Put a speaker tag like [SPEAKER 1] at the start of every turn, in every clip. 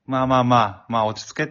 [SPEAKER 1] まあまあまあ、まあ落ち着けって。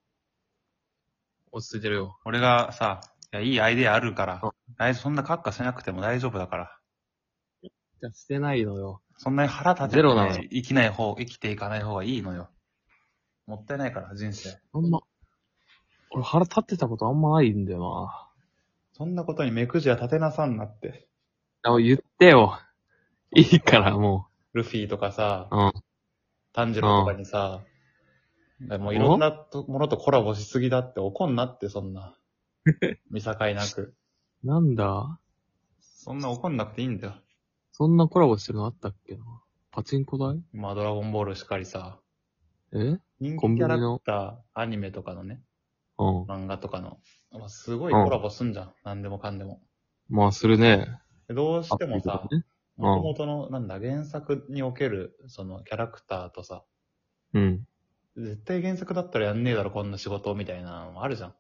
[SPEAKER 2] 落ち着いてるよ。
[SPEAKER 1] 俺がさ、いいアイデアあるから、
[SPEAKER 2] あ、
[SPEAKER 1] そんなカッカしなくても大丈夫だから。
[SPEAKER 2] じゃしてないのよ。
[SPEAKER 1] そんなに腹立てて
[SPEAKER 2] ゼロなの。
[SPEAKER 1] 生きていかない方がいいのよ。もったいないから、人生。
[SPEAKER 2] あんま、俺腹立ってたことあんまないんだよな。
[SPEAKER 1] そんなことに目くじは立てなさんなって。
[SPEAKER 2] 言ってよ。いいからも
[SPEAKER 1] ルフィとかさ、
[SPEAKER 2] う。うん。
[SPEAKER 1] 炭治郎とか
[SPEAKER 2] うん。
[SPEAKER 1] にさ、もういろん
[SPEAKER 2] お
[SPEAKER 1] なものとコラボしすぎだって怒んなって、そんな。見境なく。
[SPEAKER 2] なんだ
[SPEAKER 1] そんな怒んなくていいんだよ。
[SPEAKER 2] そんなコラボしてるのあったっけな。パチンコ台
[SPEAKER 1] まあ、ドラゴンボールしかりさ、
[SPEAKER 2] え
[SPEAKER 1] 人
[SPEAKER 2] コ
[SPEAKER 1] 気キャラク
[SPEAKER 2] ンビニの
[SPEAKER 1] ター、アニメとかのね、
[SPEAKER 2] うん。
[SPEAKER 1] 漫画とかの、まあ、すごいコラ
[SPEAKER 2] うん。
[SPEAKER 1] ボすんじゃん。なんでもかんでも。
[SPEAKER 2] まあ、するね。
[SPEAKER 1] でどうし
[SPEAKER 2] アプ
[SPEAKER 1] てもさ、
[SPEAKER 2] リとかね。
[SPEAKER 1] もと
[SPEAKER 2] うん。
[SPEAKER 1] もとの、原作における、その、キャラクターとさ、
[SPEAKER 2] うん。
[SPEAKER 1] 絶対原作だったらやんねえだろ、こんな仕事、みたいなのあるじゃん。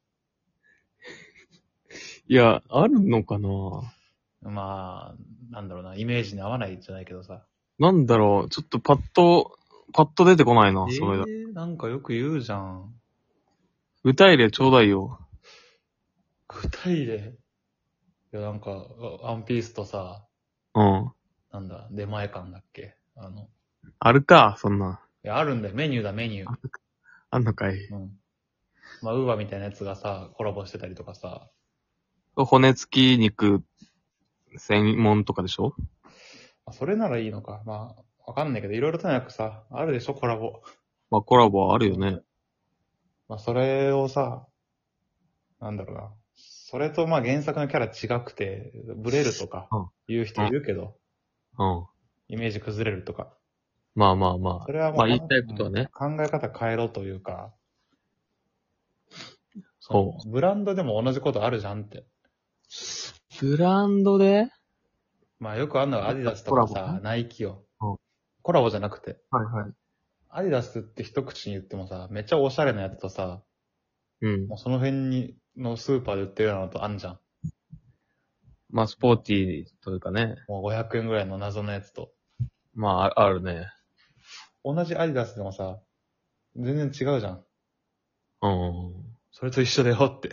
[SPEAKER 2] いや、あるのかな。
[SPEAKER 1] まあ、イメージに合わないじゃないけどさ。
[SPEAKER 2] なんだろう。ちょっとパッと出てこないな、それだ。
[SPEAKER 1] なんかよく言うじゃん。
[SPEAKER 2] 具体例ちょうだいよ。
[SPEAKER 1] 具体例。いや、ワンピースとさ、
[SPEAKER 2] うん。
[SPEAKER 1] 出前館だっけ
[SPEAKER 2] あるか、そんな。
[SPEAKER 1] いや、あるんだよ。メニューだ、メニュー。
[SPEAKER 2] あんのかい。
[SPEAKER 1] うん。まあ、ウーバーみたいなやつがさ、コラボしてたりとかさ。
[SPEAKER 2] 骨付き肉専門とかでしょ？
[SPEAKER 1] まあ、それならいいのか。まあ、わかんないけど、いろいろとにかくさ、あるでしょ、コラボ。
[SPEAKER 2] まあコラボはあるよね。
[SPEAKER 1] うん。まあ、それをさ、なんだろうな。それとまあ原作のキャラ違くて、ブレるとか
[SPEAKER 2] うん。
[SPEAKER 1] 言う人いるけど、
[SPEAKER 2] うん。
[SPEAKER 1] イメージ崩れるとか。
[SPEAKER 2] まあまあまあ。
[SPEAKER 1] それはもう
[SPEAKER 2] まあ言いたいことはね。
[SPEAKER 1] 考え方変えろというか、その、
[SPEAKER 2] ほ
[SPEAKER 1] ブランドでも同じことあるじゃんって。
[SPEAKER 2] う。ブランドで
[SPEAKER 1] まあよくあんのはアディダスと
[SPEAKER 2] コラボね。
[SPEAKER 1] かさ、ナイキよ。
[SPEAKER 2] うん。
[SPEAKER 1] コラボじゃなくて。
[SPEAKER 2] はいはい。
[SPEAKER 1] アディダスって一口に言ってもさ、めっちゃオシャレなやつとさ、
[SPEAKER 2] うん。
[SPEAKER 1] もうその辺のスーパーで売ってるようなのとあんじゃん。
[SPEAKER 2] まあスポーティーというかね。
[SPEAKER 1] もう500円ぐらいの謎のやつと。
[SPEAKER 2] まああるね。
[SPEAKER 1] 同じアディダスでもさ、全然違うじゃん。
[SPEAKER 2] うん。
[SPEAKER 1] それと一緒だよって。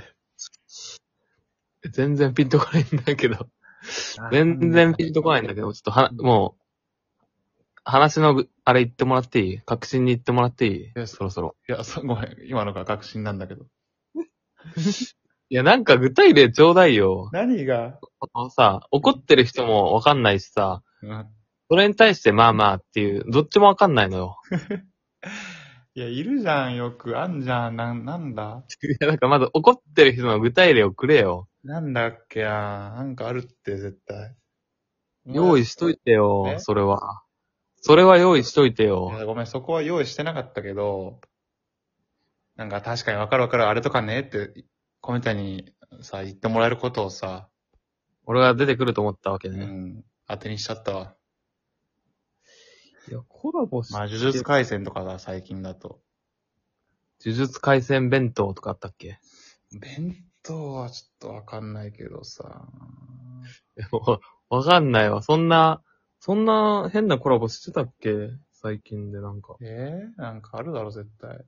[SPEAKER 2] 全然ピンとこないんだけど。
[SPEAKER 1] あ
[SPEAKER 2] 全然ピンとこないんだけど、ちょっともう、話のあれ言ってもらっていい？確信に言ってもらっていい？
[SPEAKER 1] や
[SPEAKER 2] そろそろ。
[SPEAKER 1] いや、ごめん。今のが確信なんだけど。
[SPEAKER 2] いや、なんか具体例ちょうだいよ。
[SPEAKER 1] 何が
[SPEAKER 2] さ、怒ってる人もわかんないしさ、
[SPEAKER 1] うん。
[SPEAKER 2] それに対してまあまあっていう、どっちもわかんないのよ。
[SPEAKER 1] いや、いるじゃん、よく。あんじゃん。なんだ
[SPEAKER 2] いや、なんかまず怒ってる人の具体例をくれよ。
[SPEAKER 1] なんだっけや。なんかあるって、絶対。
[SPEAKER 2] 用意しといてよ、
[SPEAKER 1] え
[SPEAKER 2] それは。それは用意しといて
[SPEAKER 1] いや、
[SPEAKER 2] よ。
[SPEAKER 1] ごめん、そこは用意してなかったけど、確かにわかるわかる、あれとかねって、コメントにさ、言ってもらえることをさ、
[SPEAKER 2] 俺が出てくると思ったわけね。
[SPEAKER 1] うん、当てにしちゃったわ。
[SPEAKER 2] いや、コラボし
[SPEAKER 1] まあ、呪術
[SPEAKER 2] て、
[SPEAKER 1] 回戦とかが最近だと。
[SPEAKER 2] 呪術廻戦弁当とかあったっけ？
[SPEAKER 1] 弁当はちょっとわかんないけどさ。
[SPEAKER 2] いやもうわかんないわ。そんな変なコラボしてたっけ？最近でなんか。
[SPEAKER 1] なんかあるだろ、絶対。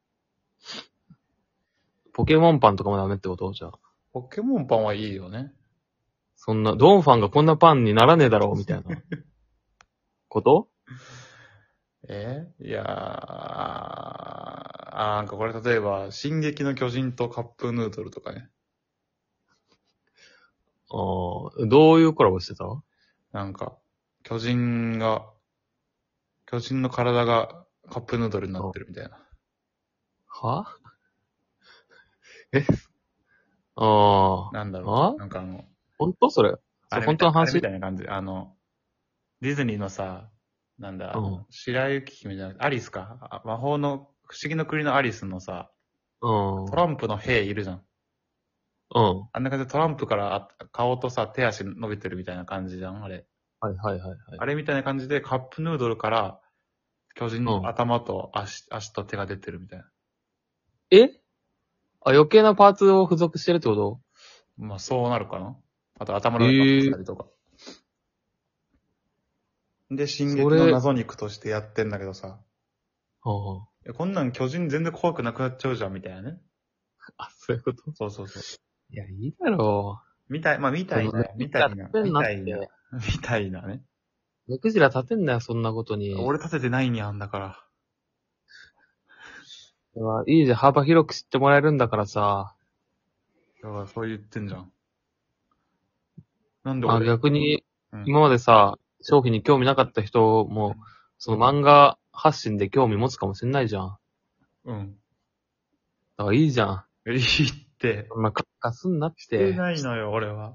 [SPEAKER 2] ポケモンパンとかもダメってことじゃあ。
[SPEAKER 1] ポケモンパンはいいよね。
[SPEAKER 2] そんな、ドンファンがこんなパンにならねえだろうみたいなこと？
[SPEAKER 1] いやー、これ例えば、進撃の巨人とカップヌードルとかね。
[SPEAKER 2] どういうコラボしてた？
[SPEAKER 1] なんか、巨人の体がカップヌードルになってるみたいな。
[SPEAKER 2] はえあ
[SPEAKER 1] なんだろ
[SPEAKER 2] あ。
[SPEAKER 1] う。
[SPEAKER 2] 本当それ？それ本当の
[SPEAKER 1] あれみ
[SPEAKER 2] 話？
[SPEAKER 1] たいな感じ。ディズニーのさ、
[SPEAKER 2] うん。
[SPEAKER 1] 白雪姫じゃなくて、アリスか。魔法の、不思議の国のアリスのさ、
[SPEAKER 2] うん。
[SPEAKER 1] トランプの兵いるじゃん。
[SPEAKER 2] うん。
[SPEAKER 1] あんな感じでトランプから顔とさ、手足伸びてるみたいな感じじゃん、あれ。
[SPEAKER 2] はいはいはいはい。
[SPEAKER 1] あれみたいな感じでカップヌードルから巨人の
[SPEAKER 2] うん。
[SPEAKER 1] 頭と足と手が出てるみたいな。
[SPEAKER 2] え余計なパーツを付属してるってこと？
[SPEAKER 1] まあそうなるかな。あと頭の上に乗ってた
[SPEAKER 2] ええ
[SPEAKER 1] りとか。で、進撃の
[SPEAKER 2] それ、
[SPEAKER 1] 謎肉としてやってんだけどさ。
[SPEAKER 2] は
[SPEAKER 1] こんなん巨人全然怖くなくなっちゃうじゃん、みたいなね。
[SPEAKER 2] あ、そういうこと？
[SPEAKER 1] そうそうそう。
[SPEAKER 2] いや、いいだろ
[SPEAKER 1] まあ、み
[SPEAKER 2] う。その、
[SPEAKER 1] たいな、みたいな、み
[SPEAKER 2] 立てんなっ
[SPEAKER 1] たいな、
[SPEAKER 2] て。
[SPEAKER 1] みたいなね。
[SPEAKER 2] 目くじら立てんなよ、そんなことに。
[SPEAKER 1] 俺立ててないんやんだから。
[SPEAKER 2] いいじゃん、幅広く知ってもらえるんだからさ。
[SPEAKER 1] だからそう言ってんじゃん。なんで
[SPEAKER 2] まあ
[SPEAKER 1] 俺、
[SPEAKER 2] 逆に、
[SPEAKER 1] うん。
[SPEAKER 2] 今までさ、商品に興味なかった人も、その漫画発信で興味持つかもしんないじゃん。
[SPEAKER 1] うん。
[SPEAKER 2] だからいいじゃん。
[SPEAKER 1] いいって、
[SPEAKER 2] そんなかすんなっ
[SPEAKER 1] して
[SPEAKER 2] て。
[SPEAKER 1] ないのよ、俺は。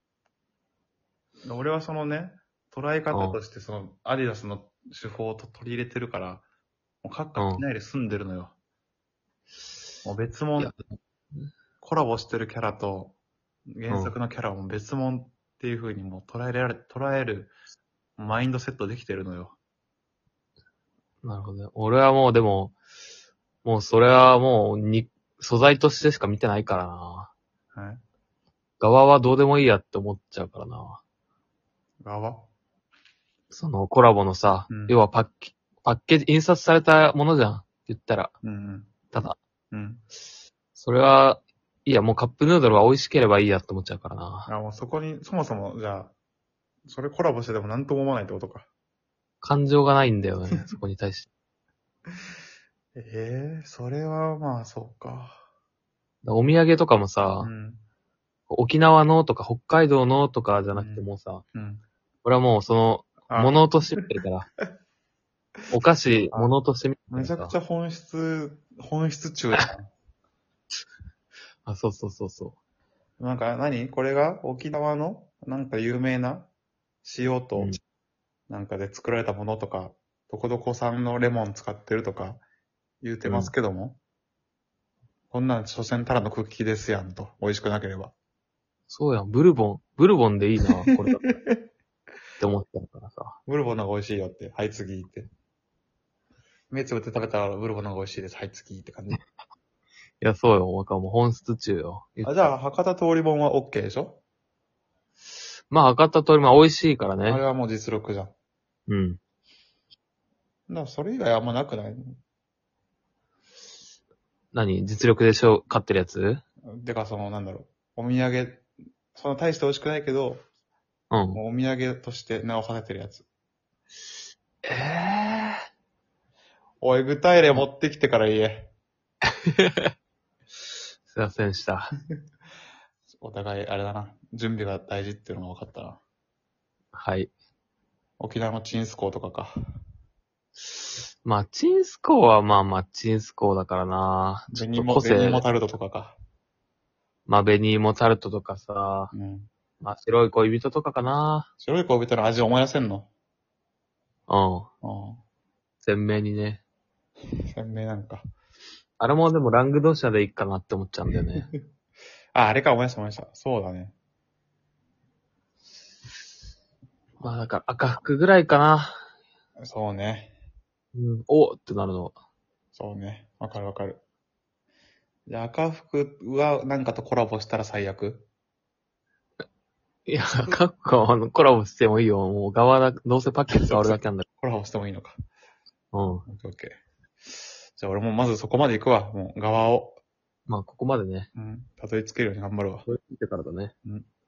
[SPEAKER 1] 俺はそのね、捉え
[SPEAKER 2] うん、
[SPEAKER 1] 方としてその、アディダスの手法を取り入れてるから、もうカッカ着
[SPEAKER 2] うん。
[SPEAKER 1] ないで済んでるのよ。もう別
[SPEAKER 2] いや、
[SPEAKER 1] 物、コラボしてるキャラと、
[SPEAKER 2] うん。
[SPEAKER 1] 原作のキャラも別物っていう風にもう捉えるマインドセットできてるのよ。
[SPEAKER 2] なるほどね。俺はもうでも、もうそれはもう素材としてしか見てないからな。
[SPEAKER 1] はい。
[SPEAKER 2] 側はどうでもいいやって思っちゃうからな。
[SPEAKER 1] 側
[SPEAKER 2] そのコラボのさ、
[SPEAKER 1] うん。
[SPEAKER 2] 要はパッケージ、印刷されたものじゃん。言ったら。
[SPEAKER 1] うん。
[SPEAKER 2] ただ、
[SPEAKER 1] うん。
[SPEAKER 2] それは、いや、もうカップヌードルは美味しければいいやって思っちゃうからな。
[SPEAKER 1] あ、もうそこに、そもそも、じゃあ、それコラボしてても何とも思わないってことか。
[SPEAKER 2] 感情がないんだよね、そこに対して。
[SPEAKER 1] それはまあ、そうか。
[SPEAKER 2] お土産とかもさ、
[SPEAKER 1] うん。
[SPEAKER 2] 沖縄のとか北海道のとかじゃなくて
[SPEAKER 1] うん。
[SPEAKER 2] もうさ、
[SPEAKER 1] うん。
[SPEAKER 2] 俺はもうその、も
[SPEAKER 1] あ、
[SPEAKER 2] のとして見てるから、お菓子、も
[SPEAKER 1] あ、
[SPEAKER 2] のとして見てるからさ。
[SPEAKER 1] めちゃくちゃ本質中や
[SPEAKER 2] あ、そうそうそうそ
[SPEAKER 1] な。なんかこれが沖縄のなんか有名な塩
[SPEAKER 2] う。う
[SPEAKER 1] と
[SPEAKER 2] ん。
[SPEAKER 1] なんかで作られたものとか、どこどこ産のレモン使ってるとか言うてます
[SPEAKER 2] うん。
[SPEAKER 1] けども、こんなん所詮ただのクッキーですやんと。美味しくなければ。
[SPEAKER 2] そうやん、ブルボンでいいな、これだって思ってるからさ。
[SPEAKER 1] ブルボンの方が美味しいよって。はい、次って。目つぶって食べたらブルボンの方が美味しいです。はい、次って感じ。
[SPEAKER 2] いや、そうよ、わかもう本質中よ。言っ
[SPEAKER 1] あ、じゃあ、
[SPEAKER 2] たら。
[SPEAKER 1] 博多通り本は OK でしょ？
[SPEAKER 2] まあ、博多通り、まあ、美味しいからね。
[SPEAKER 1] あれはもう実力じゃん。
[SPEAKER 2] うん。
[SPEAKER 1] だからそれ以外あんまなくない？
[SPEAKER 2] 何実力で買ってるやつ？
[SPEAKER 1] てか、なんだろう。お土産、その大して美味しくないけど、
[SPEAKER 2] うん。
[SPEAKER 1] もうお土産として名を馳せてるやつ。
[SPEAKER 2] ええ
[SPEAKER 1] おい、具体例持ってきてから言え。
[SPEAKER 2] すいませんでした。
[SPEAKER 1] お互い、あれだな。準備が大事っていうのが分かったな。
[SPEAKER 2] はい。
[SPEAKER 1] 沖縄のチンスコーとかか。
[SPEAKER 2] まあ、チンスコーはまあまあ、チンスコーだからな。ちょっと個
[SPEAKER 1] 紅芋
[SPEAKER 2] 性、
[SPEAKER 1] タルトとかか。
[SPEAKER 2] まあ、紅芋タルトとかさ、
[SPEAKER 1] うん。
[SPEAKER 2] まあ、白い恋人とかかな。
[SPEAKER 1] 白い恋人の味思い出せんの？
[SPEAKER 2] うん。
[SPEAKER 1] う
[SPEAKER 2] 鮮明にね。
[SPEAKER 1] ん。鮮明なんか。
[SPEAKER 2] あれもでもラングドシャでいいかなって思っちゃうんだよね。
[SPEAKER 1] あ、あれか、思い出した思い出した。そうだね。
[SPEAKER 2] まあ、だから赤服ぐらいかな。
[SPEAKER 1] そうね。
[SPEAKER 2] うん。おーってなるの。
[SPEAKER 1] そうね。わかるわかる。じゃあ赤服はなんかとコラボしたら最悪？
[SPEAKER 2] いや、カッコンコラボしてもいいよ。もう側だ、どうせパッケージ変わるだけなんだか
[SPEAKER 1] コラボしてもいいのか。
[SPEAKER 2] ら。うん。
[SPEAKER 1] オッケーオッケー。じゃあ俺もまずそこまで行くわ。もう側を。
[SPEAKER 2] まあ、ここまでね。
[SPEAKER 1] うん。たどり着けるように頑張るわ。
[SPEAKER 2] これ見てからだね。
[SPEAKER 1] うん。